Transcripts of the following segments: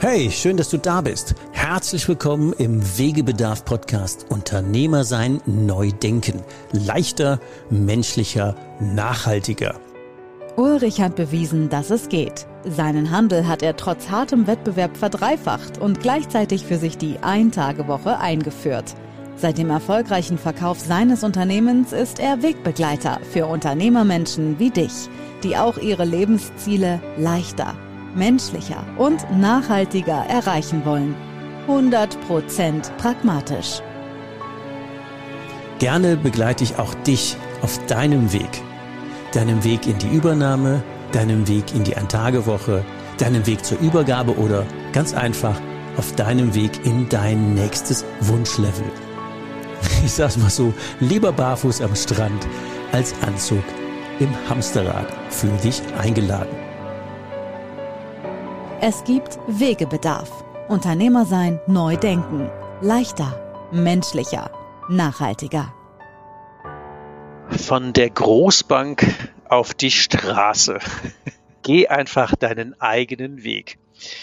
Hey, schön, dass du da bist. Herzlich willkommen im Wegebedarf-Podcast Unternehmer sein, neu denken. Leichter, menschlicher, nachhaltiger. Ulrich hat bewiesen, dass es geht. Seinen Handel hat er trotz hartem Wettbewerb verdreifacht und gleichzeitig für sich die Ein-Tage-Woche eingeführt. Seit dem erfolgreichen Verkauf seines Unternehmens ist er Wegbegleiter für Unternehmermenschen wie dich, die auch ihre Lebensziele leichter, menschlicher und nachhaltiger erreichen wollen. 100% pragmatisch. Gerne begleite ich auch dich auf deinem Weg. Deinem Weg in die Übernahme, deinem Weg in die Ein-Tage-Woche, deinem Weg zur Übergabe oder ganz einfach auf deinem Weg in dein nächstes Wunschlevel. Ich sag's mal so, lieber barfuß am Strand als Anzug im Hamsterrad. Fühl dich eingeladen. Es gibt Wegebedarf. Unternehmer sein, neu denken. Leichter, menschlicher, nachhaltiger. Von der Großbank auf die Straße. Geh einfach deinen eigenen Weg.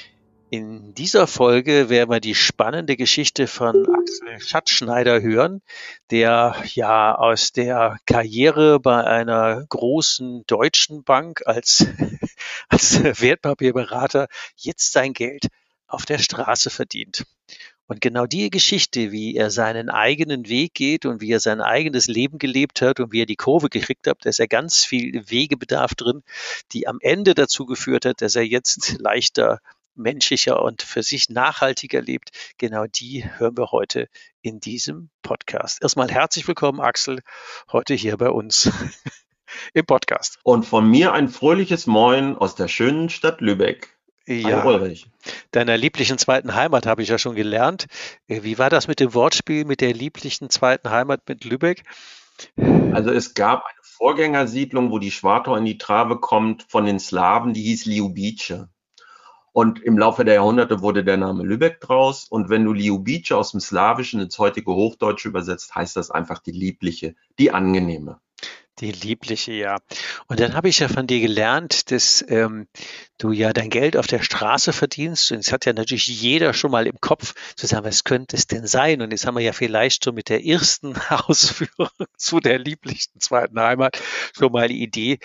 In dieser Folge werden wir die spannende Geschichte von Axel Schatzschneider hören, der ja aus der Karriere bei einer großen deutschen Bank als Wertpapierberater jetzt sein Geld auf der Straße verdient. Und genau die Geschichte, wie er seinen eigenen Weg geht und wie er sein eigenes Leben gelebt hat und wie er die Kurve gekriegt hat, da ist ja ganz viel Wegebedarf drin, die am Ende dazu geführt hat, dass er jetzt leichter, menschlicher und für sich nachhaltiger lebt. Genau die hören wir heute in diesem Podcast. Erstmal herzlich willkommen, Axel, heute hier bei uns im Podcast. Und von mir ein fröhliches Moin aus der schönen Stadt Lübeck. Ja, Hallo Ulrich. Deiner lieblichen zweiten Heimat habe ich ja schon gelernt. Wie war das mit dem Wortspiel mit der lieblichen zweiten Heimat mit Lübeck? Also es gab eine Vorgängersiedlung, wo die Schwartau in die Trave kommt, von den Slawen, die hieß Liubice. Und im Laufe der Jahrhunderte wurde der Name Lübeck draus. Und wenn du Liubice aus dem Slawischen ins heutige Hochdeutsche übersetzt, heißt das einfach die liebliche, die angenehme. Die liebliche, ja. Und dann habe ich ja von dir gelernt, dass du ja dein Geld auf der Straße verdienst. Und es hat ja natürlich jeder schon mal im Kopf zu sagen, was könnte es denn sein? Und jetzt haben wir ja vielleicht schon mit der ersten Ausführung zu der lieblichen zweiten Heimat schon mal die Idee,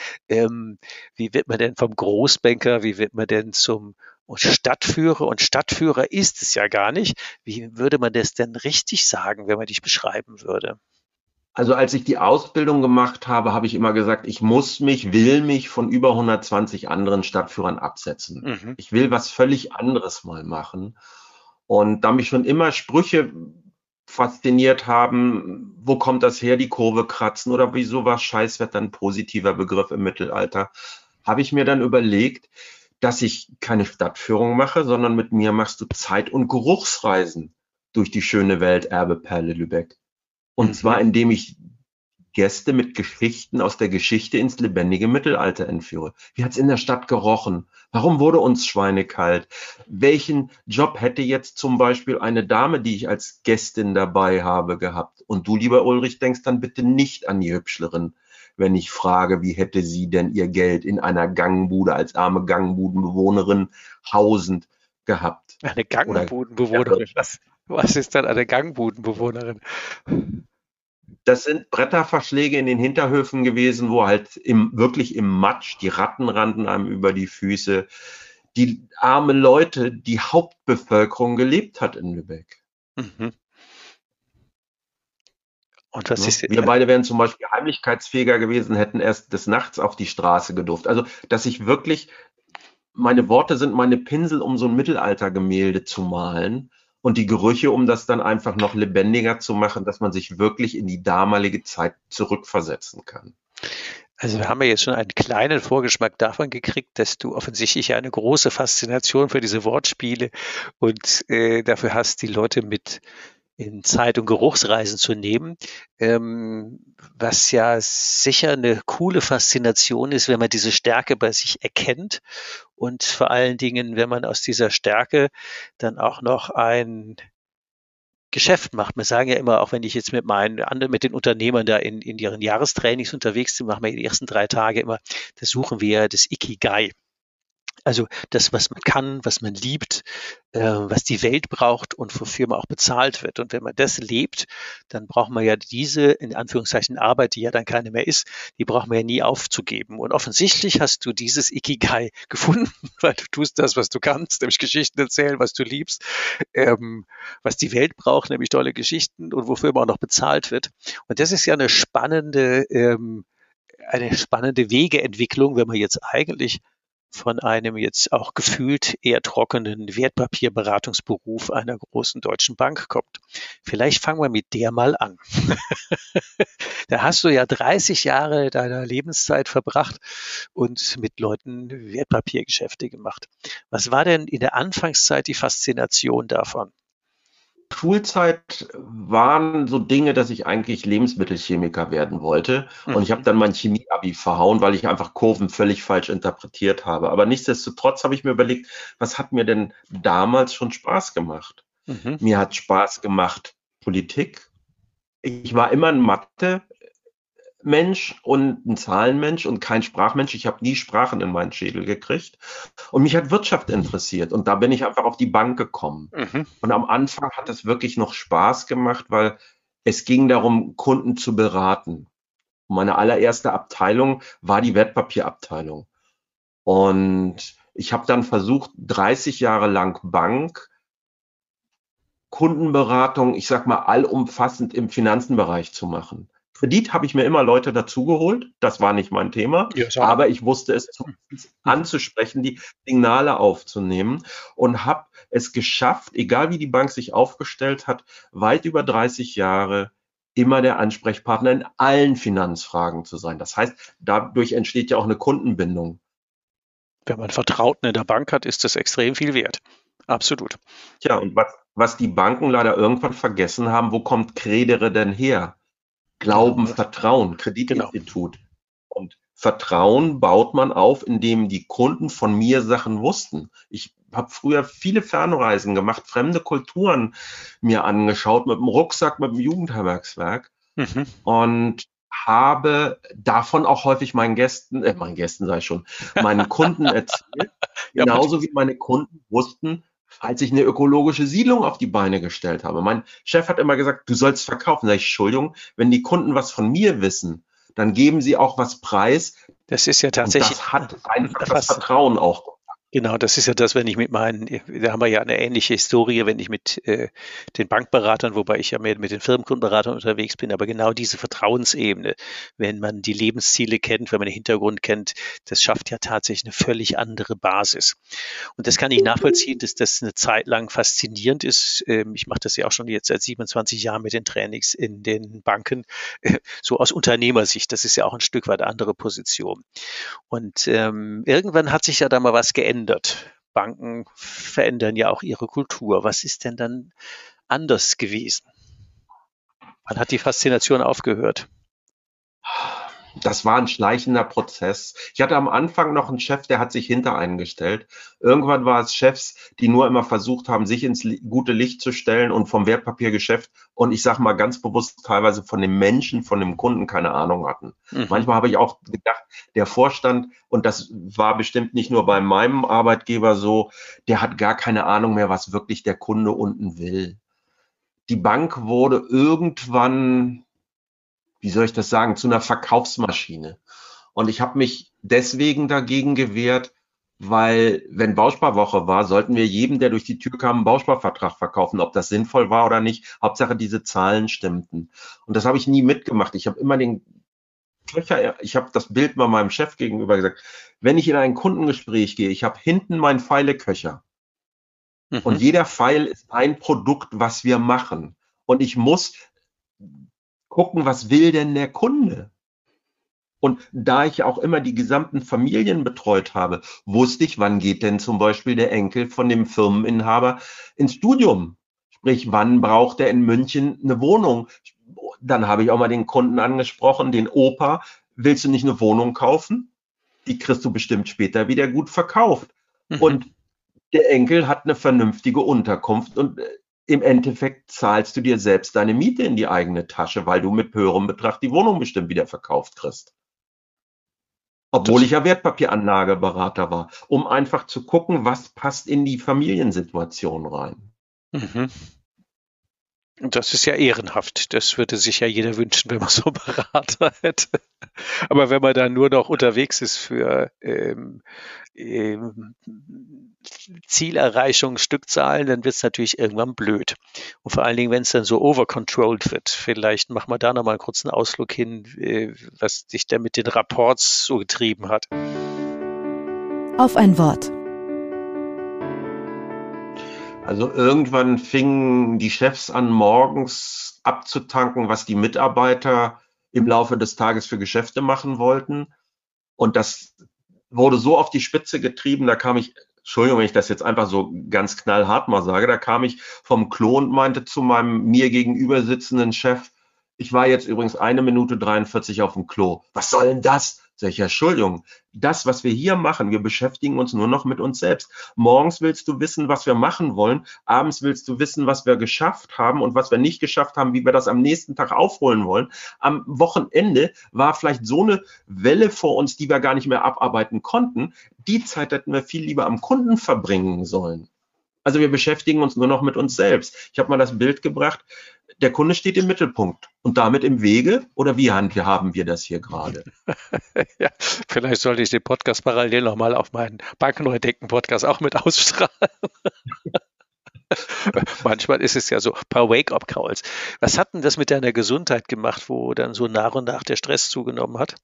wie wird man denn vom Großbanker, wie wird man denn zum Stadtführer? Und Stadtführer ist es ja gar nicht. Wie würde man das denn richtig sagen, wenn man dich beschreiben würde? Also als ich die Ausbildung gemacht habe, habe ich immer gesagt, ich will mich von über 120 anderen Stadtführern absetzen. Ich will was völlig anderes mal machen. Und da mich schon immer Sprüche fasziniert haben, wo kommt das her, die Kurve kratzen oder wieso war Scheißwetter ein positiver Begriff im Mittelalter, habe ich mir dann überlegt, dass ich keine Stadtführung mache, sondern mit mir machst du Zeit- und Geruchsreisen durch die schöne Welterbeperle Lübeck. Und zwar, indem ich Gäste mit Geschichten aus der Geschichte ins lebendige Mittelalter entführe. Wie hat's in der Stadt gerochen? Warum wurde uns schweinekalt? Welchen Job hätte jetzt zum Beispiel eine Dame, die ich als Gästin dabei habe, gehabt? Und du, lieber Ulrich, denkst dann bitte nicht an die Hübschlerin, wenn ich frage, wie hätte sie denn ihr Geld in einer Gangbude als arme Gangbudenbewohnerin hausend gehabt? Eine Gangbudenbewohnerin? Was ist dann eine Gangbudenbewohnerin? Das sind Bretterverschläge in den Hinterhöfen gewesen, wo halt wirklich im Matsch, die Ratten rannten einem über die Füße, die arme Leute, die Hauptbevölkerung gelebt hat in Lübeck. Mhm. Und was ist Wir beide wären zum Beispiel heimlichkeitsfähiger gewesen, hätten erst des Nachts auf die Straße gedurft. Also, dass ich wirklich, meine Worte sind meine Pinsel, um so ein Mittelaltergemälde zu malen. Und die Gerüche, um das dann einfach noch lebendiger zu machen, dass man sich wirklich in die damalige Zeit zurückversetzen kann. Also wir haben ja jetzt schon einen kleinen Vorgeschmack davon gekriegt, dass du offensichtlich eine große Faszination für diese Wortspiele und dafür hast, die Leute mit in Zeit- und Geruchsreisen zu nehmen, was ja sicher eine coole Faszination ist, wenn man diese Stärke bei sich erkennt und vor allen Dingen, wenn man aus dieser Stärke dann auch noch ein Geschäft macht. Wir sagen ja immer, auch wenn ich jetzt mit den Unternehmern da in ihren Jahrestrainings unterwegs bin, machen wir die ersten 3 Tage immer, da suchen wir das Ikigai. Also das, was man kann, was man liebt, was die Welt braucht und wofür man auch bezahlt wird. Und wenn man das lebt, dann braucht man ja diese, in Anführungszeichen, Arbeit, die ja dann keine mehr ist, die braucht man ja nie aufzugeben. Und offensichtlich hast du dieses Ikigai gefunden, weil du tust das, was du kannst, nämlich Geschichten erzählen, was du liebst, was die Welt braucht, nämlich tolle Geschichten und wofür man auch noch bezahlt wird. Und das ist ja eine spannende Wegeentwicklung, wenn man jetzt eigentlich von einem jetzt auch gefühlt eher trockenen Wertpapierberatungsberuf einer großen deutschen Bank kommt. Vielleicht fangen wir mit der mal an. Da hast du ja 30 Jahre deiner Lebenszeit verbracht und mit Leuten Wertpapiergeschäfte gemacht. Was war denn in der Anfangszeit die Faszination davon? Schulzeit waren so Dinge, dass ich eigentlich Lebensmittelchemiker werden wollte. Und ich habe dann mein Chemie-Abi verhauen, weil ich einfach Kurven völlig falsch interpretiert habe. Aber nichtsdestotrotz habe ich mir überlegt, was hat mir denn damals schon Spaß gemacht? Mir hat Spaß gemacht Politik. Ich war immer ein Mathe-Mensch und ein Zahlenmensch und kein Sprachmensch. Ich habe nie Sprachen in meinen Schädel gekriegt. Und mich hat Wirtschaft interessiert. Und da bin ich einfach auf die Bank gekommen. Und am Anfang hat es wirklich noch Spaß gemacht, weil es ging darum, Kunden zu beraten. Meine allererste Abteilung war die Wertpapierabteilung. Und ich habe dann versucht, 30 Jahre lang Bank, Kundenberatung, ich sag mal, allumfassend im Finanzenbereich zu machen. Kredit habe ich mir immer Leute dazugeholt, das war nicht mein Thema, Ja, aber ich wusste es anzusprechen, die Signale aufzunehmen und habe es geschafft, egal wie die Bank sich aufgestellt hat, weit über 30 Jahre immer der Ansprechpartner in allen Finanzfragen zu sein. Das heißt, dadurch entsteht ja auch eine Kundenbindung. Wenn man Vertrauten in der Bank hat, ist das extrem viel wert. Absolut. Tja, und was die Banken leider irgendwann vergessen haben, wo kommt Credere denn her? Glauben, Vertrauen, Kreditinstitut. Genau. Und Vertrauen baut man auf, indem die Kunden von mir Sachen wussten. Ich habe früher viele Fernreisen gemacht, fremde Kulturen mir angeschaut, mit dem Rucksack, mit dem Jugendherbergswerk und habe davon auch häufig meinen Gästen sage ich schon, meinen Kunden erzählt, genauso wie meine Kunden wussten, als ich eine ökologische Siedlung auf die Beine gestellt habe. Mein Chef hat immer gesagt, du sollst verkaufen. Sag ich, Entschuldigung, wenn die Kunden was von mir wissen, dann geben sie auch was preis. Das ist ja tatsächlich. Und das hat einfach das Vertrauen auch. Genau, das ist ja das, wenn ich da haben wir ja eine ähnliche Historie, wenn ich mit den Bankberatern, wobei ich ja mehr mit den Firmenkundenberatern unterwegs bin, aber genau diese Vertrauensebene, wenn man die Lebensziele kennt, wenn man den Hintergrund kennt, das schafft ja tatsächlich eine völlig andere Basis. Und das kann ich nachvollziehen, dass das eine Zeit lang faszinierend ist. Ich mache das ja auch schon jetzt seit 27 Jahren mit den Trainings in den Banken, so aus Unternehmersicht, das ist ja auch ein Stück weit andere Position. Und irgendwann hat sich ja da mal was geändert. Banken verändern ja auch ihre Kultur. Was ist denn dann anders gewesen? Wann hat die Faszination aufgehört? Das war ein schleichender Prozess. Ich hatte am Anfang noch einen Chef, der hat sich hintereingestellt. Irgendwann war es Chefs, die nur immer versucht haben, sich ins gute Licht zu stellen und vom Wertpapiergeschäft und ich sage mal ganz bewusst teilweise von dem Menschen, von dem Kunden keine Ahnung hatten. Manchmal habe ich auch gedacht, der Vorstand, und das war bestimmt nicht nur bei meinem Arbeitgeber so, der hat gar keine Ahnung mehr, was wirklich der Kunde unten will. Die Bank wurde irgendwann, wie soll ich das sagen, zu einer Verkaufsmaschine. Und ich habe mich deswegen dagegen gewehrt, weil, wenn Bausparwoche war, sollten wir jedem, der durch die Tür kam, einen Bausparvertrag verkaufen, ob das sinnvoll war oder nicht. Hauptsache, diese Zahlen stimmten. Und das habe ich nie mitgemacht. Ich habe immer ich habe das Bild mal meinem Chef gegenüber gesagt, wenn ich in ein Kundengespräch gehe, ich habe hinten meinen Pfeileköcher. Und jeder Pfeil ist ein Produkt, was wir machen. Und ich muss gucken, was will denn der Kunde? Und da ich auch immer die gesamten Familien betreut habe, wusste ich, wann geht denn zum Beispiel der Enkel von dem Firmeninhaber ins Studium? Sprich, wann braucht er in München eine Wohnung? Dann habe ich auch mal den Kunden angesprochen, den Opa, willst du nicht eine Wohnung kaufen? Die kriegst du bestimmt später wieder gut verkauft. Und der Enkel hat eine vernünftige Unterkunft und im Endeffekt zahlst du dir selbst deine Miete in die eigene Tasche, weil du mit höherem Betrag die Wohnung bestimmt wieder verkauft kriegst. obwohl ich ja Wertpapieranlageberater war, um einfach zu gucken, was passt in die Familiensituation rein. Mhm. Und das ist ja ehrenhaft. Das würde sich ja jeder wünschen, wenn man so einen Berater hätte. Aber wenn man dann nur noch unterwegs ist für Zielerreichung, Stückzahlen, dann wird es natürlich irgendwann blöd. Und vor allen Dingen, wenn es dann so overcontrolled wird. Vielleicht machen wir da nochmal einen kurzen Ausflug hin, was dich da mit den Rapports so getrieben hat. Auf ein Wort. Also irgendwann fingen die Chefs an, morgens abzutanken, was die Mitarbeiter im Laufe des Tages für Geschäfte machen wollten. Und das wurde so auf die Spitze getrieben, da kam ich, Entschuldigung, wenn ich das jetzt einfach so ganz knallhart mal sage, da kam ich vom Klo und meinte zu meinem mir gegenüber sitzenden Chef, ich war jetzt übrigens 1 Minute 43 auf dem Klo. Was soll denn das? Sag ich, Entschuldigung, das, was wir hier machen, wir beschäftigen uns nur noch mit uns selbst. Morgens willst du wissen, was wir machen wollen. Abends willst du wissen, was wir geschafft haben und was wir nicht geschafft haben, wie wir das am nächsten Tag aufholen wollen. Am Wochenende war vielleicht so eine Welle vor uns, die wir gar nicht mehr abarbeiten konnten. Die Zeit hätten wir viel lieber am Kunden verbringen sollen. Also wir beschäftigen uns nur noch mit uns selbst. Ich habe mal das Bild gebracht, der Kunde steht im Mittelpunkt und damit im Wege, oder wie handhaben wir das hier gerade? Ja, vielleicht sollte ich den Podcast parallel nochmal auf meinen Bankneudenken-Podcast auch mit ausstrahlen. Manchmal ist es ja so, ein paar Wake-up-Calls. Was hat denn das mit deiner Gesundheit gemacht, wo dann so nach und nach der Stress zugenommen hat?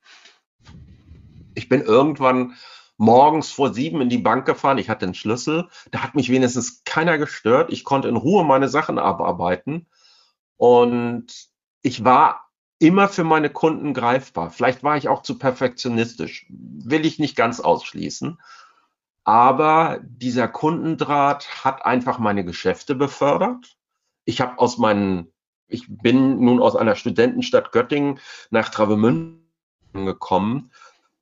Ich bin irgendwann morgens vor 7 in die Bank gefahren. Ich hatte einen Schlüssel. Da hat mich wenigstens keiner gestört. Ich konnte in Ruhe meine Sachen abarbeiten. Und ich war immer für meine Kunden greifbar. Vielleicht war ich auch zu perfektionistisch. Will ich nicht ganz ausschließen. Aber dieser Kundendraht hat einfach meine Geschäfte befördert. Ich bin nun aus einer Studentenstadt Göttingen nach Travemünde gekommen.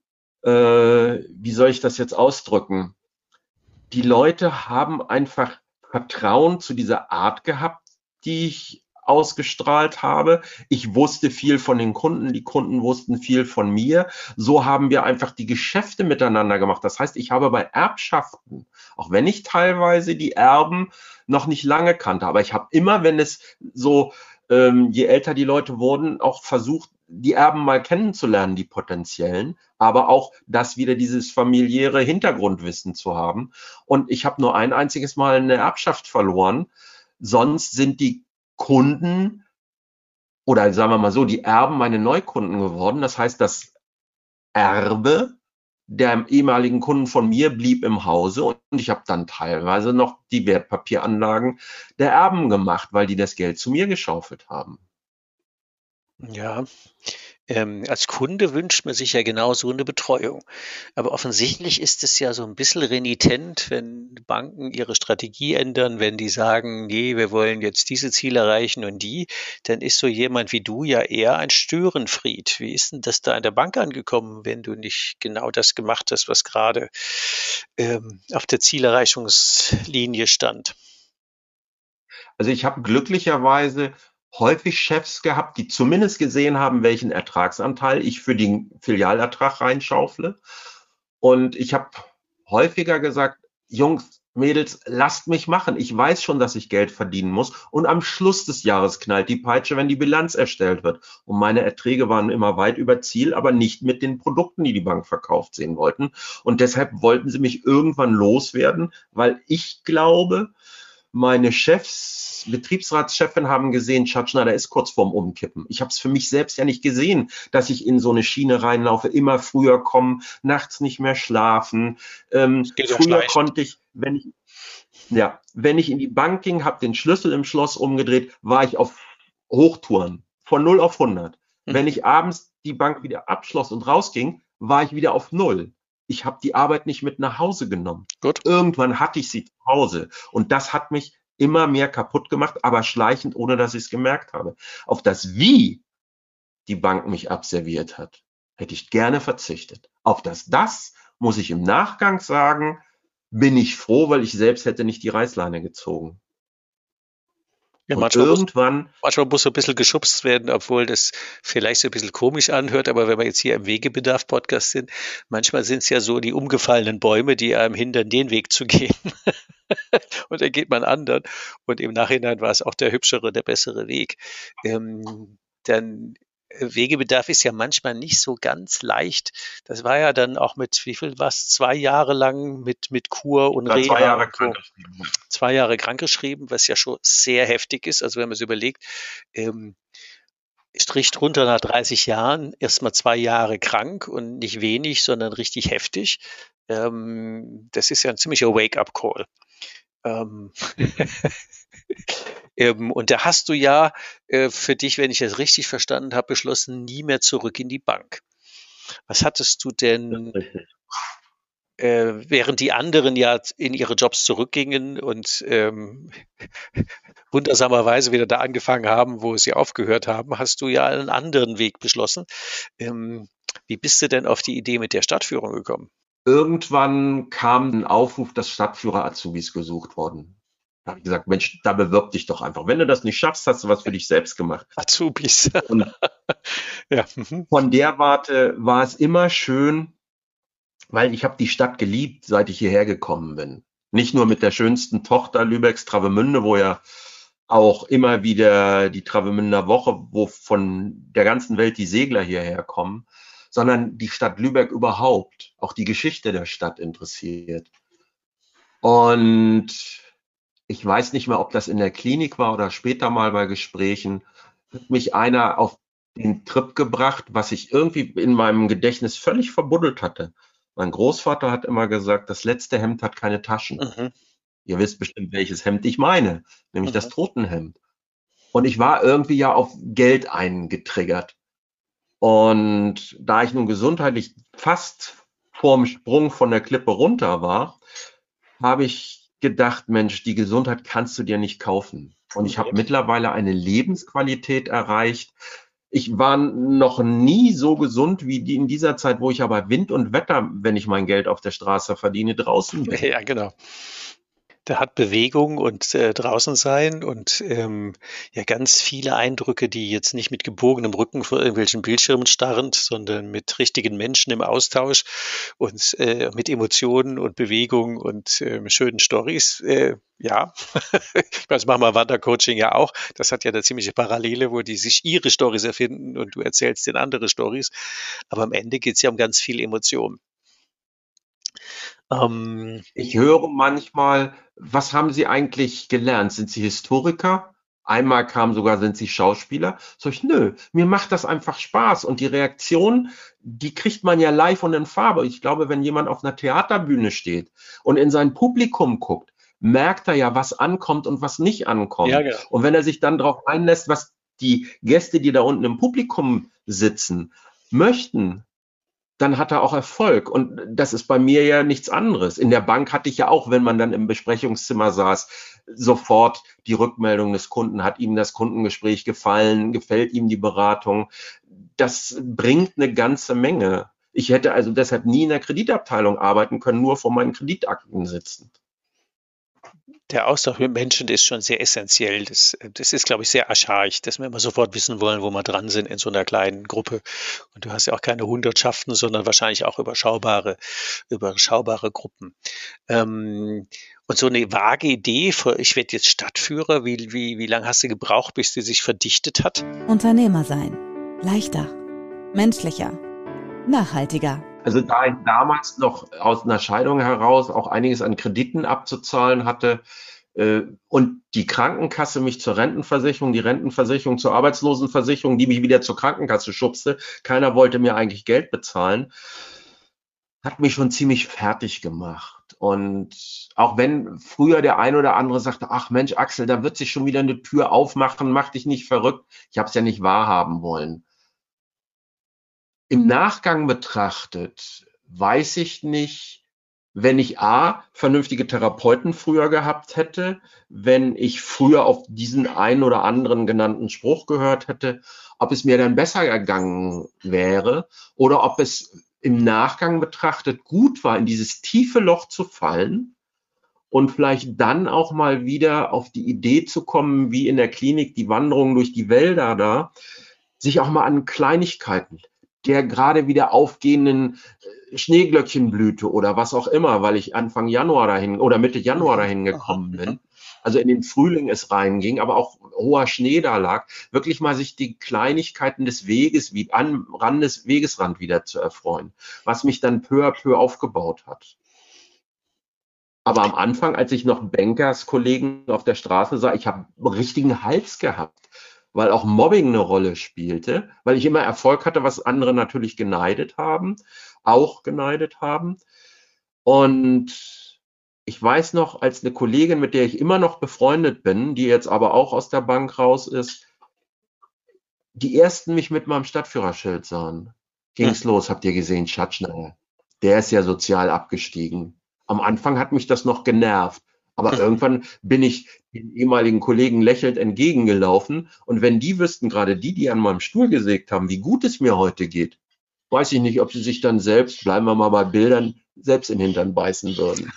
Wie soll ich das jetzt ausdrücken? Die Leute haben einfach Vertrauen zu dieser Art gehabt, die ich ausgestrahlt habe. Ich wusste viel von den Kunden, die Kunden wussten viel von mir. So haben wir einfach die Geschäfte miteinander gemacht. Das heißt, ich habe bei Erbschaften, auch wenn ich teilweise die Erben noch nicht lange kannte, aber ich habe immer, wenn es so, je älter die Leute wurden, auch versucht, die Erben mal kennenzulernen, die potenziellen, aber auch das wieder dieses familiäre Hintergrundwissen zu haben. Und ich habe nur ein einziges Mal eine Erbschaft verloren. Sonst sind die Kunden oder sagen wir mal so, die Erben meine Neukunden geworden. Das heißt, das Erbe der ehemaligen Kunden von mir blieb im Hause und ich habe dann teilweise noch die Wertpapieranlagen der Erben gemacht, weil die das Geld zu mir geschaufelt haben. Ja, als Kunde wünscht man sich ja genau so eine Betreuung. Aber offensichtlich ist es ja so ein bisschen renitent, wenn Banken ihre Strategie ändern, wenn die sagen: „Nee, wir wollen jetzt diese Ziele erreichen und die“, dann ist so jemand wie du ja eher ein Störenfried. Wie ist denn das da in der Bank angekommen, wenn du nicht genau das gemacht hast, was gerade auf der Zielerreichungslinie stand? Also ich habe glücklicherweise häufig Chefs gehabt, die zumindest gesehen haben, welchen Ertragsanteil ich für den Filialertrag reinschaufle. Und ich habe häufiger gesagt, Jungs, Mädels, lasst mich machen. Ich weiß schon, dass ich Geld verdienen muss. Und am Schluss des Jahres knallt die Peitsche, wenn die Bilanz erstellt wird. Und meine Erträge waren immer weit über Ziel, aber nicht mit den Produkten, die die Bank verkauft sehen wollten. Und deshalb wollten sie mich irgendwann loswerden, weil ich glaube, meine Chefs, Betriebsratschefin haben gesehen, Schatschneider ist kurz vorm Umkippen. Ich habe es für mich selbst ja nicht gesehen, dass ich in so eine Schiene reinlaufe, immer früher kommen, nachts nicht mehr schlafen. Früher konnte ich, wenn ich in die Bank ging, habe den Schlüssel im Schloss umgedreht, war ich auf Hochtouren, von 0 auf 100. Wenn ich abends die Bank wieder abschloss und rausging, war ich wieder auf 0. Ich habe die Arbeit nicht mit nach Hause genommen. Gut. Irgendwann hatte ich sie zu Hause. Und das hat mich immer mehr kaputt gemacht, aber schleichend, ohne dass ich es gemerkt habe. Auf das Wie die Bank mich abserviert hat, hätte ich gerne verzichtet. Auf das muss ich im Nachgang sagen, bin ich froh, weil ich selbst hätte nicht die Reißleine gezogen. Ja, Und irgendwann. manchmal muss so ein bisschen geschubst werden, obwohl das vielleicht so ein bisschen komisch anhört, aber wenn wir jetzt hier im Wegebedarf-Podcast sind, manchmal sind es ja so die umgefallenen Bäume, die einem hindern, den Weg zu gehen. Und dann geht man anderen. Und im Nachhinein war es auch der hübschere, der bessere Weg. Dann Wegebedarf ist ja manchmal nicht so ganz leicht. Das war ja dann auch mit, wie viel war es, 2 Jahre lang mit Kur und Reha. 2 Jahre und so. krankgeschrieben. 2 Jahre krankgeschrieben, was ja schon sehr heftig ist. Also wenn man es überlegt, Strich drunter nach 30 Jahren, erstmal 2 Jahre krank und nicht wenig, sondern richtig heftig. Das ist ja ein ziemlicher Wake-up-Call. Und da hast du ja für dich, wenn ich das richtig verstanden habe, beschlossen, nie mehr zurück in die Bank. Was hattest du denn, während die anderen ja in ihre Jobs zurückgingen und wundersamerweise wieder da angefangen haben, wo sie aufgehört haben, hast du ja einen anderen Weg beschlossen. Wie bist du denn auf die Idee mit der Stadtführung gekommen? Irgendwann kam ein Aufruf, dass Stadtführer-Azubis gesucht wurden. Da habe ich gesagt, Mensch, da bewirb dich doch einfach. Wenn du das nicht schaffst, hast du was für dich selbst gemacht. Azubis. Und ja. Von der Warte war es immer schön, weil ich habe die Stadt geliebt, seit ich hierher gekommen bin. Nicht nur mit der schönsten Tochter Lübecks, Travemünde, wo ja auch immer wieder die Travemünder Woche, wo von der ganzen Welt die Segler hierher kommen, sondern die Stadt Lübeck überhaupt, auch die Geschichte der Stadt interessiert. Und ich weiß nicht mehr, ob das in der Klinik war oder später mal bei Gesprächen, hat mich einer auf den Trip gebracht, was ich irgendwie in meinem Gedächtnis völlig verbuddelt hatte. Mein Großvater hat immer gesagt, das letzte Hemd hat keine Taschen. Mhm. Ihr wisst bestimmt, welches Hemd ich meine, nämlich das Totenhemd. Und ich war irgendwie ja auf Geld eingetriggert. Und da ich nun gesundheitlich fast vorm Sprung von der Klippe runter war, habe ich gedacht, Mensch, die Gesundheit kannst du dir nicht kaufen. Und ich habe mittlerweile eine Lebensqualität erreicht. Ich war noch nie so gesund wie in dieser Zeit, wo ich aber Wind und Wetter, wenn ich mein Geld auf der Straße verdiene, draußen bin. Ja, genau. Da hat Bewegung und draußen sein und ja ganz viele Eindrücke, die jetzt nicht mit gebogenem Rücken vor irgendwelchen Bildschirmen starrend, sondern mit richtigen Menschen im Austausch und mit Emotionen und Bewegung und schönen Storys. Ja, ich meine, das machen wir Wandercoaching ja auch. Das hat ja eine ziemliche Parallele, wo die sich ihre Storys erfinden und du erzählst denen andere Storys. Aber am Ende geht es ja um ganz viel Emotion. Ich höre manchmal, was haben Sie eigentlich gelernt? Sind Sie Historiker? Einmal kam sogar, sind Sie Schauspieler? Sag ich, nö, mir macht das einfach Spaß. Und die Reaktion, die kriegt man ja live und in Farbe. Ich glaube, wenn jemand auf einer Theaterbühne steht und in sein Publikum guckt, merkt er ja, was ankommt und was nicht ankommt. Ja, genau. Und wenn er sich dann darauf einlässt, was die Gäste, die da unten im Publikum sitzen, möchten, dann hat er auch Erfolg. Und das ist bei mir ja nichts anderes. In der Bank hatte ich ja auch, wenn man dann im Besprechungszimmer saß, sofort die Rückmeldung des Kunden. Hat ihm das Kundengespräch gefallen? Gefällt ihm die Beratung? Das bringt eine ganze Menge. Ich hätte also deshalb nie in der Kreditabteilung arbeiten können, nur vor meinen Kreditakten sitzend. Der Austausch mit Menschen ist schon sehr essentiell. Das ist, glaube ich, sehr archaisch, dass wir immer sofort wissen wollen, wo wir dran sind in so einer kleinen Gruppe. Und du hast ja auch keine Hundertschaften, sondern wahrscheinlich auch überschaubare Gruppen. Und so eine vage Idee, ich werde jetzt Stadtführer, wie lange hast du gebraucht, bis die sich verdichtet hat? Unternehmer sein. Leichter. Menschlicher. Nachhaltiger. Also da ich damals noch aus einer Scheidung heraus auch einiges an Krediten abzuzahlen hatte und die Krankenkasse mich zur Rentenversicherung, die Rentenversicherung zur Arbeitslosenversicherung, die mich wieder zur Krankenkasse schubste, keiner wollte mir eigentlich Geld bezahlen, hat mich schon ziemlich fertig gemacht. Und auch wenn früher der ein oder andere sagte, ach Mensch Axel, da wird sich schon wieder eine Tür aufmachen, mach dich nicht verrückt, ich habe es ja nicht wahrhaben wollen. Im Nachgang betrachtet weiß ich nicht, wenn ich vernünftige Therapeuten früher gehabt hätte, wenn ich früher auf diesen einen oder anderen genannten Spruch gehört hätte, ob es mir dann besser ergangen wäre oder ob es im Nachgang betrachtet gut war, in dieses tiefe Loch zu fallen und vielleicht dann auch mal wieder auf die Idee zu kommen, wie in der Klinik die Wanderung durch die Wälder da, sich auch mal an Kleinigkeiten der gerade wieder aufgehenden Schneeglöckchenblüte oder was auch immer, weil ich Anfang Januar dahin oder Mitte Januar dahin gekommen bin, also in den Frühling es reinging, aber auch hoher Schnee da lag, wirklich mal sich die Kleinigkeiten des Weges wie des Wegesrand wieder zu erfreuen, was mich dann peu à peu aufgebaut hat. Aber am Anfang, als ich noch Bankerskollegen auf der Straße sah, ich habe einen richtigen Hals gehabt, weil auch Mobbing eine Rolle spielte, weil ich immer Erfolg hatte, was andere natürlich auch geneidet haben. Und ich weiß noch, als eine Kollegin, mit der ich immer noch befreundet bin, die jetzt aber auch aus der Bank raus ist, die ersten mich mit meinem Stadtführerschild sahen. Ging's los, habt ihr gesehen, Schatzschneider. Der ist ja sozial abgestiegen. Am Anfang hat mich das noch genervt, aber irgendwann bin ich den ehemaligen Kollegen lächelnd entgegengelaufen und wenn die wüssten, gerade die an meinem Stuhl gesägt haben, wie gut es mir heute geht, weiß ich nicht, ob sie sich dann selbst, bleiben wir mal bei Bildern, selbst in den Hintern beißen würden.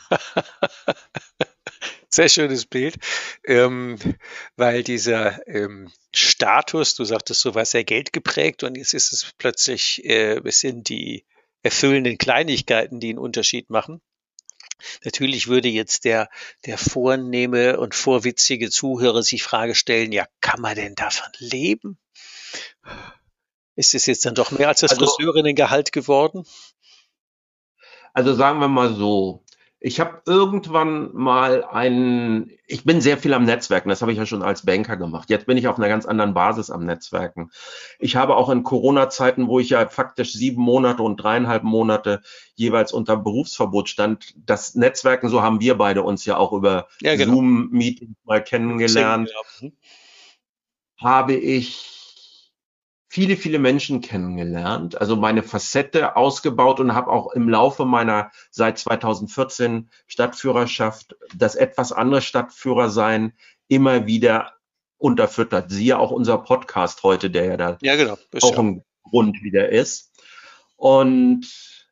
Sehr schönes Bild, weil dieser Status, du sagtest, so war sehr Geld geprägt und jetzt ist es plötzlich, es sind die erfüllenden Kleinigkeiten, die einen Unterschied machen. Natürlich würde jetzt der vornehme und vorwitzige Zuhörer sich Frage stellen, ja, kann man denn davon leben? Ist es jetzt dann doch mehr als das Friseurinnengehalt geworden? Also sagen wir mal so, ich habe irgendwann mal ich bin sehr viel am Netzwerken, das habe ich ja schon als Banker gemacht. Jetzt bin ich auf einer ganz anderen Basis am Netzwerken. Ich habe auch in Corona-Zeiten, wo ich ja faktisch 7 Monate und 3,5 Monate jeweils unter Berufsverbot stand, das Netzwerken, so haben wir beide uns ja auch über Zoom-Meetings mal kennengelernt, habe ich viele Menschen kennengelernt, also meine Facette ausgebaut und habe auch im Laufe meiner seit 2014 Stadtführerschaft das etwas andere Stadtführersein immer wieder unterfüttert. Siehe auch unser Podcast heute, der ja da auch ein Grund wieder ist. Und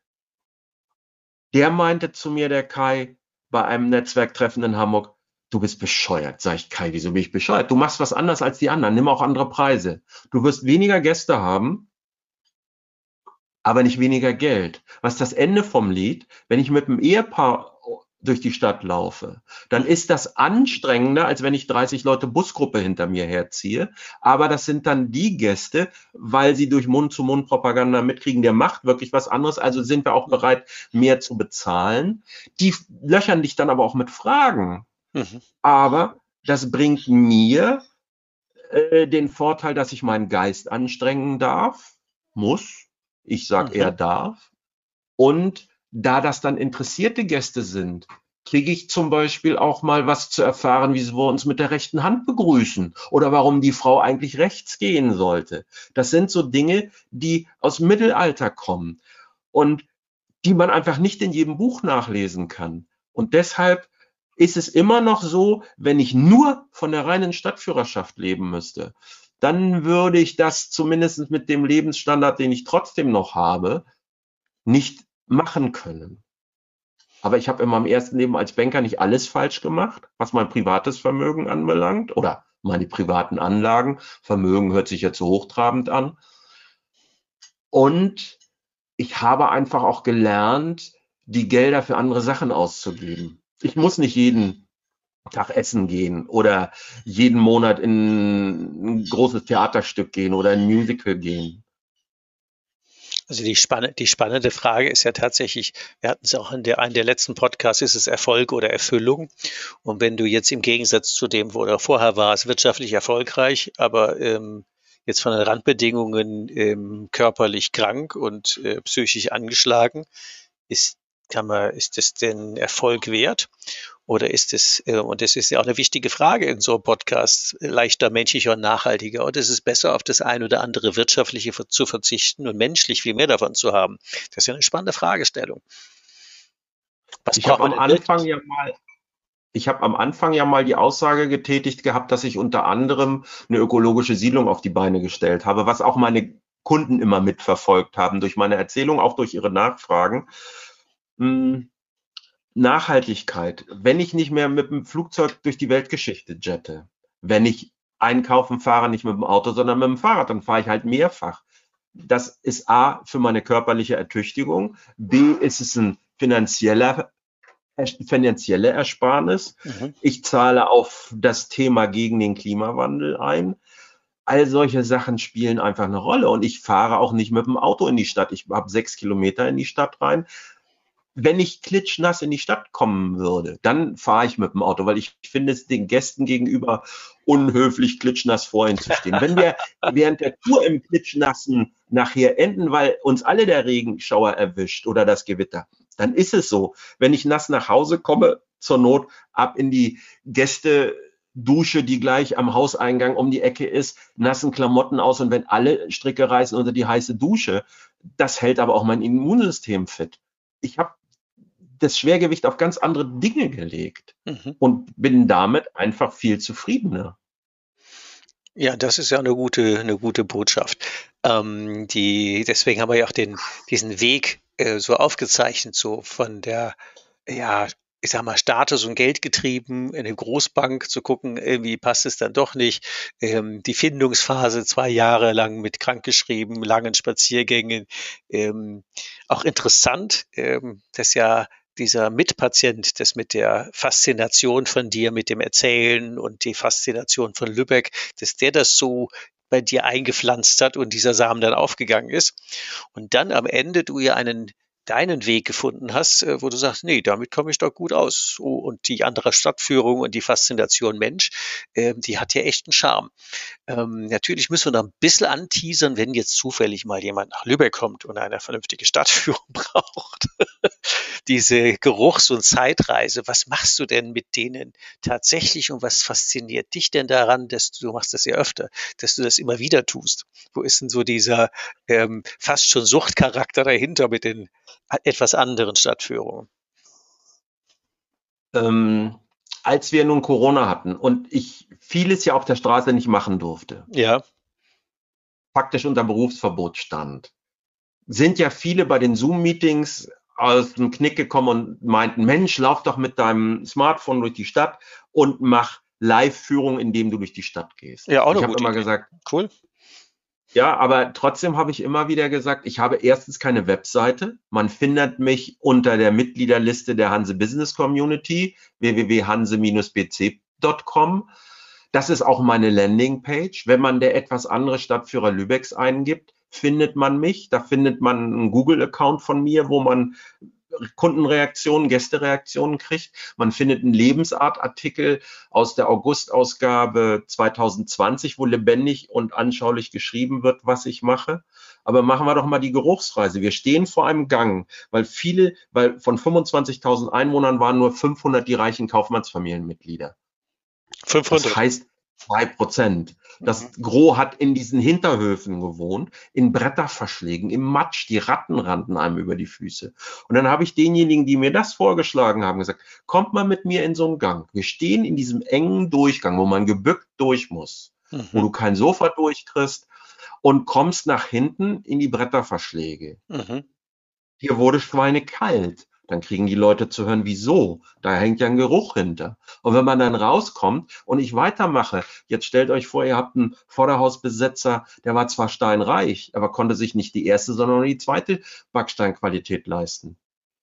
der meinte zu mir, der Kai, bei einem Netzwerktreffen in Hamburg, du bist bescheuert. Sag ich, Kai, wieso bin ich bescheuert? Du machst was anders als die anderen. Nimm auch andere Preise. Du wirst weniger Gäste haben, aber nicht weniger Geld. Was ist das Ende vom Lied? Wenn ich mit einem Ehepaar durch die Stadt laufe, dann ist das anstrengender, als wenn ich 30 Leute Busgruppe hinter mir herziehe. Aber das sind dann die Gäste, weil sie durch Mund-zu-Mund-Propaganda mitkriegen, der macht wirklich was anderes. Also sind wir auch bereit, mehr zu bezahlen. Die löchern dich dann aber auch mit Fragen. Aber das bringt mir den Vorteil, dass ich meinen Geist anstrengen muss. Ich sage, er darf. Und da das dann interessierte Gäste sind, kriege ich zum Beispiel auch mal was zu erfahren, wie wir uns mit der rechten Hand begrüßen oder warum die Frau eigentlich rechts gehen sollte. Das sind so Dinge, die aus dem Mittelalter kommen und die man einfach nicht in jedem Buch nachlesen kann. Und deshalb ist es immer noch so, wenn ich nur von der reinen Stadtführerschaft leben müsste, dann würde ich das zumindest mit dem Lebensstandard, den ich trotzdem noch habe, nicht machen können. Aber ich habe in meinem ersten Leben als Banker nicht alles falsch gemacht, was mein privates Vermögen anbelangt oder meine privaten Anlagen. Vermögen hört sich jetzt so hochtrabend an. Und ich habe einfach auch gelernt, die Gelder für andere Sachen auszugeben. Ich muss nicht jeden Tag essen gehen oder jeden Monat in ein großes Theaterstück gehen oder ein Musical gehen. Also die spannende Frage ist ja tatsächlich, wir hatten es auch in einem der letzten Podcasts, ist es Erfolg oder Erfüllung? Und wenn du jetzt im Gegensatz zu dem, wo du vorher warst, wirtschaftlich erfolgreich, aber jetzt von den Randbedingungen körperlich krank und psychisch angeschlagen, ist es denn Erfolg wert? Oder ist es, und das ist ja auch eine wichtige Frage in so einem Podcast, leichter, menschlicher und nachhaltiger? Oder ist es besser, auf das ein oder andere Wirtschaftliche zu verzichten und menschlich viel mehr davon zu haben? Das ist ja eine spannende Fragestellung. Ich habe am Anfang ja mal die Aussage getätigt gehabt, dass ich unter anderem eine ökologische Siedlung auf die Beine gestellt habe, was auch meine Kunden immer mitverfolgt haben durch meine Erzählung, auch durch ihre Nachfragen. Nachhaltigkeit, wenn ich nicht mehr mit dem Flugzeug durch die Weltgeschichte jette, wenn ich einkaufen fahre, nicht mit dem Auto, sondern mit dem Fahrrad, dann fahre ich halt mehrfach. Das ist A, für meine körperliche Ertüchtigung, B, ist es ein finanzielle Ersparnis. Ich zahle auf das Thema gegen den Klimawandel ein. All solche Sachen spielen einfach eine Rolle. Und ich fahre auch nicht mit dem Auto in die Stadt. Ich habe 6 Kilometer in die Stadt rein. Wenn ich klitschnass in die Stadt kommen würde, dann fahre ich mit dem Auto, weil ich finde es den Gästen gegenüber unhöflich, klitschnass vor ihnen zu stehen. Wenn wir während der Tour im Klitschnassen nachher enden, weil uns alle der Regenschauer erwischt oder das Gewitter, dann ist es so. Wenn ich nass nach Hause komme, zur Not ab in die Gästedusche, die gleich am Hauseingang um die Ecke ist, nassen Klamotten aus und wenn alle Stricke reißen unter die heiße Dusche, das hält aber auch mein Immunsystem fit. Ich habe das Schwergewicht auf ganz andere Dinge gelegt und bin damit einfach viel zufriedener. Ja, das ist ja eine gute Botschaft. Deswegen haben wir ja auch diesen Weg so aufgezeichnet, so von der, ja, ich sag mal, Status- und Geld getrieben, in eine Großbank zu gucken, irgendwie passt es dann doch nicht. Die Findungsphase 2 Jahre lang mit krankgeschrieben, langen Spaziergängen. Auch interessant, dass ja dieser Mitpatient, das mit der Faszination von dir, mit dem Erzählen und die Faszination von Lübeck, dass der das so bei dir eingepflanzt hat und dieser Samen dann aufgegangen ist. Und dann am Ende du ja deinen Weg gefunden hast, wo du sagst, nee, damit komme ich doch gut aus. Oh, und die andere Stadtführung und die Faszination Mensch, die hat ja echt einen Charme. Natürlich müssen wir noch ein bisschen anteasern, wenn jetzt zufällig mal jemand nach Lübeck kommt und eine vernünftige Stadtführung braucht. Diese Geruchs- und Zeitreise, was machst du denn mit denen tatsächlich und was fasziniert dich denn daran, dass du machst das ja öfter, dass du das immer wieder tust? Wo ist denn so dieser fast schon Suchtcharakter dahinter mit den etwas anderen Stadtführungen? Als wir nun Corona hatten und ich vieles ja auf der Straße nicht machen durfte, Ja, faktisch unter Berufsverbot stand, sind ja viele bei den Zoom-Meetings aus dem Knick gekommen und meinten, Mensch, lauf doch mit deinem Smartphone durch die Stadt und mach Live-Führung, indem du durch die Stadt gehst. ja, auch eine Ich habe gute immer Idee. gesagt, Cool. ja, aber trotzdem habe ich immer wieder gesagt, ich habe erstens keine Webseite. Man findet mich unter der Mitgliederliste der Hanse Business Community, www.hanse-bc.com. Das ist auch meine Landingpage. Wenn man der etwas andere Stadtführer Lübecks eingibt, findet man mich. Da findet man einen Google-Account von mir, wo man Kundenreaktionen, Gästereaktionen kriegt. Man findet einen Lebensartartikel aus der August-Ausgabe 2020, wo lebendig und anschaulich geschrieben wird, was ich mache. Aber machen wir doch mal die Geruchsreise. Wir stehen vor einem Gang, weil von 25.000 Einwohnern waren nur 500 die reichen Kaufmannsfamilienmitglieder. 500. Das heißt 2%. Das Gros hat in diesen Hinterhöfen gewohnt, in Bretterverschlägen, im Matsch. Die Ratten rannten einem über die Füße. Und dann habe ich denjenigen, die mir das vorgeschlagen haben, gesagt, kommt mal mit mir in so einen Gang. Wir stehen in diesem engen Durchgang, wo man gebückt durch muss, wo du kein Sofa durchkriegst und kommst nach hinten in die Bretterverschläge. Hier wurde schweinekalt. Dann kriegen die Leute zu hören, wieso? Da hängt ja ein Geruch hinter. Und wenn man dann rauskommt und ich weitermache, jetzt stellt euch vor, ihr habt einen Vorderhausbesetzer, der war zwar steinreich, aber konnte sich nicht die erste, sondern die zweite Backsteinqualität leisten.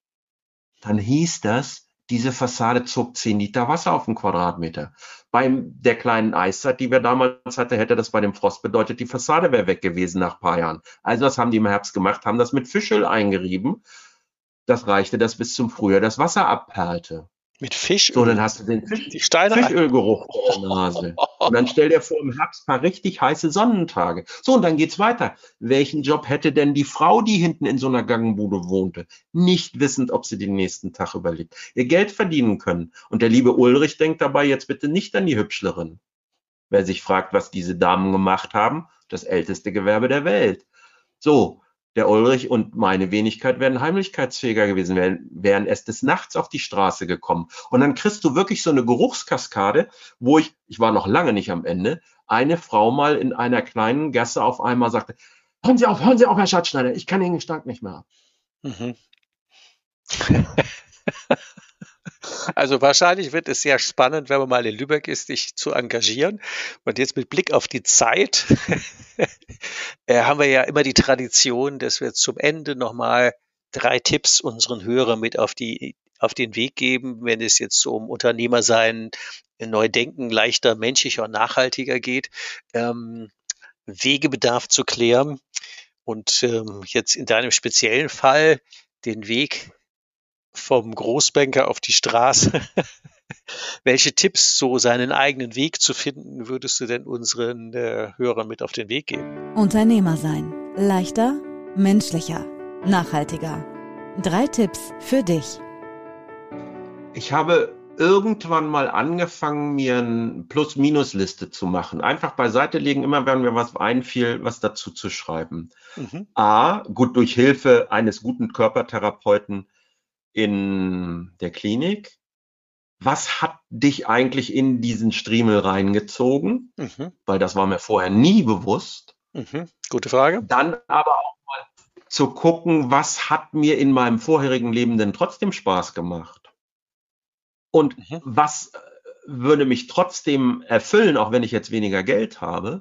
Dann hieß das, diese Fassade zog 10 Liter Wasser auf den Quadratmeter. Bei der kleinen Eiszeit, die wir damals hatten, hätte das bei dem Frost bedeutet, die Fassade wäre weg gewesen nach ein paar Jahren. Also was haben die im Herbst gemacht? Haben das mit Fischöl eingerieben. Das reichte, dass bis zum Frühjahr das Wasser abperlte. Mit Fischöl? So, dann hast du den Fischölgeruch in der Nase. Und dann stell dir vor, im Herbst ein paar richtig heiße Sonnentage. So, und dann geht's weiter. Welchen Job hätte denn die Frau, die hinten in so einer Gangbude wohnte, nicht wissend, ob sie den nächsten Tag überlebt, ihr Geld verdienen können? Und der liebe Ulrich denkt dabei jetzt bitte nicht an die Hübschlerin. Wer sich fragt, was diese Damen gemacht haben, das älteste Gewerbe der Welt. So, der Ulrich und meine Wenigkeit wären heimlichkeitsfähiger gewesen, wären erst des Nachts auf die Straße gekommen. Und dann kriegst du wirklich so eine Geruchskaskade, wo ich war noch lange nicht am Ende, eine Frau mal in einer kleinen Gasse auf einmal sagte, hören Sie auf, Herr Schatzschneider, ich kann den Gestank nicht mehr ab. Also wahrscheinlich wird es sehr spannend, wenn man mal in Lübeck ist, dich zu engagieren. Und jetzt mit Blick auf die Zeit haben wir ja immer die Tradition, dass wir zum Ende nochmal 3 Tipps unseren Hörern mit auf den Weg geben, wenn es jetzt so um Unternehmersein, Neudenken, leichter, menschlicher und nachhaltiger geht, Wegebedarf zu klären und jetzt in deinem speziellen Fall den Weg vom Großbanker auf die Straße. Welche Tipps, so seinen eigenen Weg zu finden, würdest du denn unseren Hörern mit auf den Weg geben? Unternehmer sein. Leichter, menschlicher, nachhaltiger. 3 Tipps für dich. Ich habe irgendwann mal angefangen, mir eine Plus-Minus-Liste zu machen. Einfach beiseite legen, immer wenn mir was einfiel, was dazu zu schreiben. Gut, durch Hilfe eines guten Körpertherapeuten in der Klinik. Was hat dich eigentlich in diesen Striemel reingezogen? Weil das war mir vorher nie bewusst. Gute Frage. Dann aber auch mal zu gucken, was hat mir in meinem vorherigen Leben denn trotzdem Spaß gemacht? Und was würde mich trotzdem erfüllen, auch wenn ich jetzt weniger Geld habe?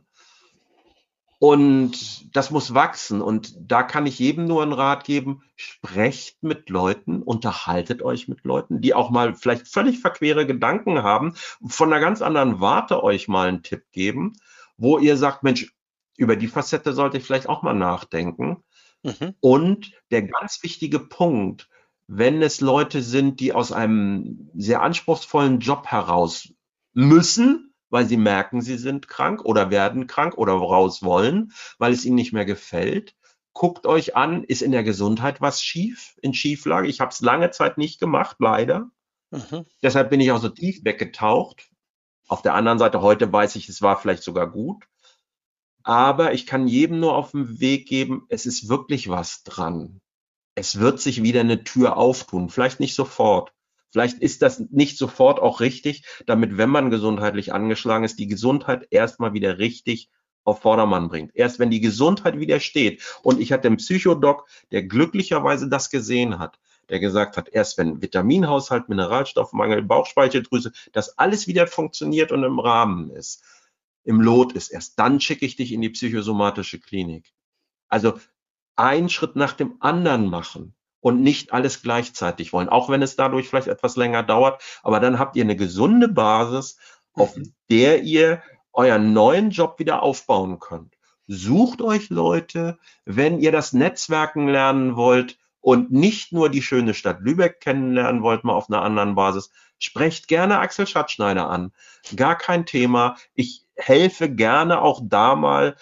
Und das muss wachsen. Und da kann ich jedem nur einen Rat geben: Sprecht mit Leuten, unterhaltet euch mit Leuten, die auch mal vielleicht völlig verquere Gedanken haben, von einer ganz anderen Warte euch mal einen Tipp geben, wo ihr sagt, Mensch, über die Facette sollte ich vielleicht auch mal nachdenken. Und der ganz wichtige Punkt: Wenn es Leute sind, die aus einem sehr anspruchsvollen Job heraus müssen, weil sie merken, sie sind krank oder werden krank oder raus wollen, weil es ihnen nicht mehr gefällt, guckt euch an, ist in der Gesundheit was schief, in Schieflage? Ich habe es lange Zeit nicht gemacht, leider. Deshalb bin ich auch so tief weggetaucht. Auf der anderen Seite, heute weiß ich, es war vielleicht sogar gut. Aber ich kann jedem nur auf den Weg geben, es ist wirklich was dran. Es wird sich wieder eine Tür auftun, vielleicht nicht sofort. Vielleicht ist das nicht sofort auch richtig, damit, wenn man gesundheitlich angeschlagen ist, die Gesundheit erstmal wieder richtig auf Vordermann bringt. Erst wenn die Gesundheit wieder steht. Und ich hatte einen Psychodoc, der glücklicherweise das gesehen hat, der gesagt hat, erst wenn Vitaminhaushalt, Mineralstoffmangel, Bauchspeicheldrüse, das alles wieder funktioniert und im Rahmen ist, im Lot ist, erst dann schicke ich dich in die psychosomatische Klinik. Also einen Schritt nach dem anderen machen und nicht alles gleichzeitig wollen, auch wenn es dadurch vielleicht etwas länger dauert, aber dann habt ihr eine gesunde Basis, auf der ihr euren neuen Job wieder aufbauen könnt. Sucht euch Leute, wenn ihr das Netzwerken lernen wollt und nicht nur die schöne Stadt Lübeck kennenlernen wollt, mal auf einer anderen Basis, sprecht gerne Axel Schatzschneider an. Gar kein Thema. Ich helfe gerne auch da mal,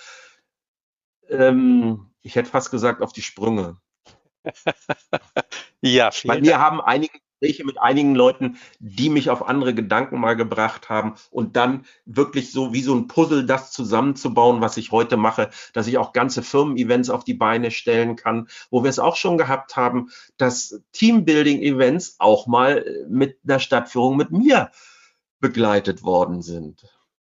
ich hätte fast gesagt, auf die Sprünge. Ja, vielen Bei mir haben einige Gespräche mit einigen Leuten, die mich auf andere Gedanken mal gebracht haben und dann wirklich so wie so ein Puzzle das zusammenzubauen, was ich heute mache, dass ich auch ganze Firmen-Events auf die Beine stellen kann, wo wir es auch schon gehabt haben, dass Teambuilding-Events auch mal mit einer Stadtführung mit mir begleitet worden sind.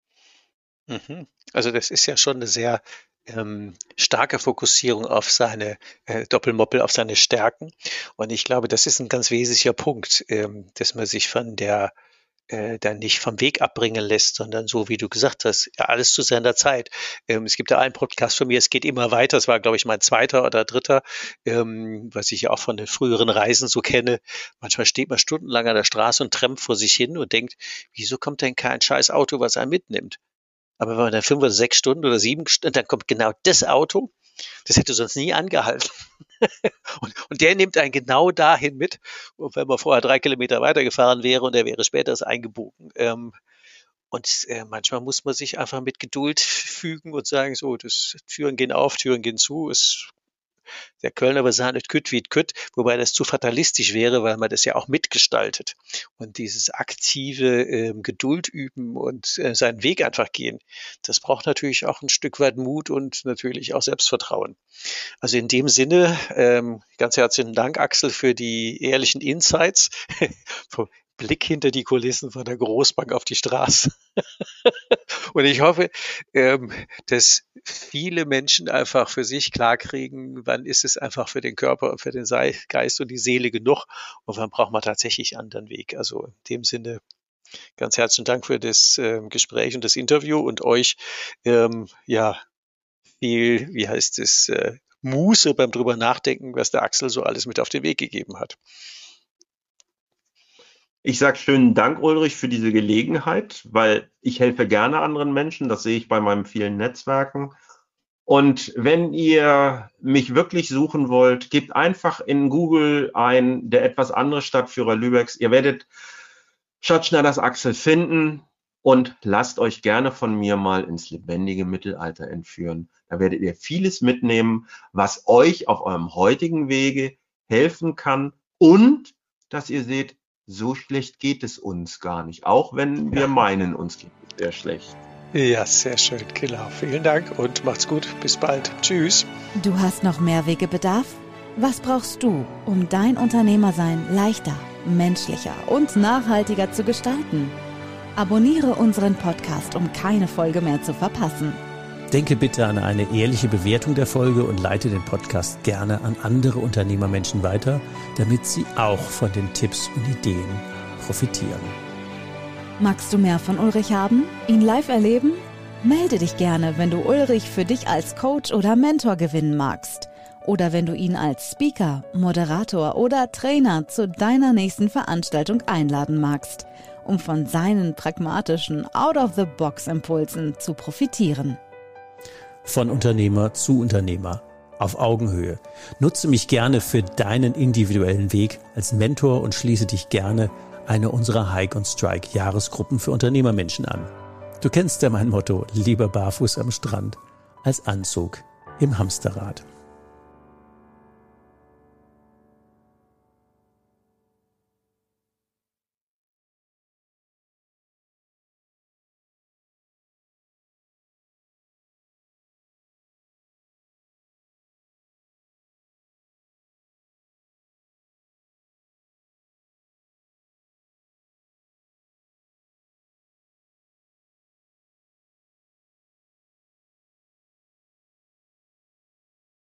Also das ist ja schon eine sehr starke Fokussierung auf seine Doppelmoppel, auf seine Stärken. Und ich glaube, das ist ein ganz wesentlicher Punkt, dass man sich von der dann nicht vom Weg abbringen lässt, sondern so, wie du gesagt hast, ja, alles zu seiner Zeit. Es gibt ja einen Podcast von mir, es geht immer weiter. Das war, glaube ich, mein 2. oder 3., was ich ja auch von den früheren Reisen so kenne. Manchmal steht man stundenlang an der Straße und trampt vor sich hin und denkt, wieso kommt denn kein scheiß Auto, was einen mitnimmt? Aber wenn man dann 5 oder 6 Stunden oder 7 Stunden, dann kommt genau das Auto, das hätte sonst nie angehalten. und der nimmt einen genau dahin mit, und wenn man vorher 3 Kilometer weitergefahren wäre und der wäre später eingebogen. Manchmal muss man sich einfach mit Geduld fügen und sagen, so, Türen gehen auf, Türen gehen zu, der Kölner aber sagen nicht kütt wie kütt, wobei das zu fatalistisch wäre, weil man das ja auch mitgestaltet. Und dieses aktive Geduld üben und seinen Weg einfach gehen, das braucht natürlich auch ein Stück weit Mut und natürlich auch Selbstvertrauen. Also in dem Sinne, ganz herzlichen Dank, Axel, für die ehrlichen Insights. Vom Blick hinter die Kulissen von der Großbank auf die Straße. Und ich hoffe, dass viele Menschen einfach für sich klarkriegen, wann ist es einfach für den Körper, für den Geist und die Seele genug und wann braucht man tatsächlich einen anderen Weg. Also in dem Sinne ganz herzlichen Dank für das Gespräch und das Interview und euch viel, Muße beim drüber nachdenken, was der Axel so alles mit auf den Weg gegeben hat. Ich sage schönen Dank, Ulrich, für diese Gelegenheit, weil ich helfe gerne anderen Menschen. Das sehe ich bei meinen vielen Netzwerken. Und wenn ihr mich wirklich suchen wollt, gebt einfach in Google ein, der etwas andere Stadtführer Lübecks. Ihr werdet Schatzschneiders Axel finden und lasst euch gerne von mir mal ins lebendige Mittelalter entführen. Da werdet ihr vieles mitnehmen, was euch auf eurem heutigen Wege helfen kann und dass ihr seht, so schlecht geht es uns gar nicht, auch wenn wir meinen, uns geht es sehr schlecht. Ja, sehr schön, genau. Vielen Dank und macht's gut. Bis bald. Tschüss. Du hast noch mehr Wegebedarf? Was brauchst du, um dein Unternehmersein leichter, menschlicher und nachhaltiger zu gestalten? Abonniere unseren Podcast, um keine Folge mehr zu verpassen. Denke bitte an eine ehrliche Bewertung der Folge und leite den Podcast gerne an andere Unternehmermenschen weiter, damit sie auch von den Tipps und Ideen profitieren. Magst du mehr von Ulrich haben? Ihn live erleben? Melde dich gerne, wenn du Ulrich für dich als Coach oder Mentor gewinnen magst. Oder wenn du ihn als Speaker, Moderator oder Trainer zu deiner nächsten Veranstaltung einladen magst, um von seinen pragmatischen Out-of-the-Box-Impulsen zu profitieren. Von Unternehmer zu Unternehmer, auf Augenhöhe. Nutze mich gerne für deinen individuellen Weg als Mentor und schließe dich gerne eine unserer Hike on Strike Jahresgruppen für Unternehmermenschen an. Du kennst ja mein Motto, lieber barfuß am Strand als Anzug im Hamsterrad.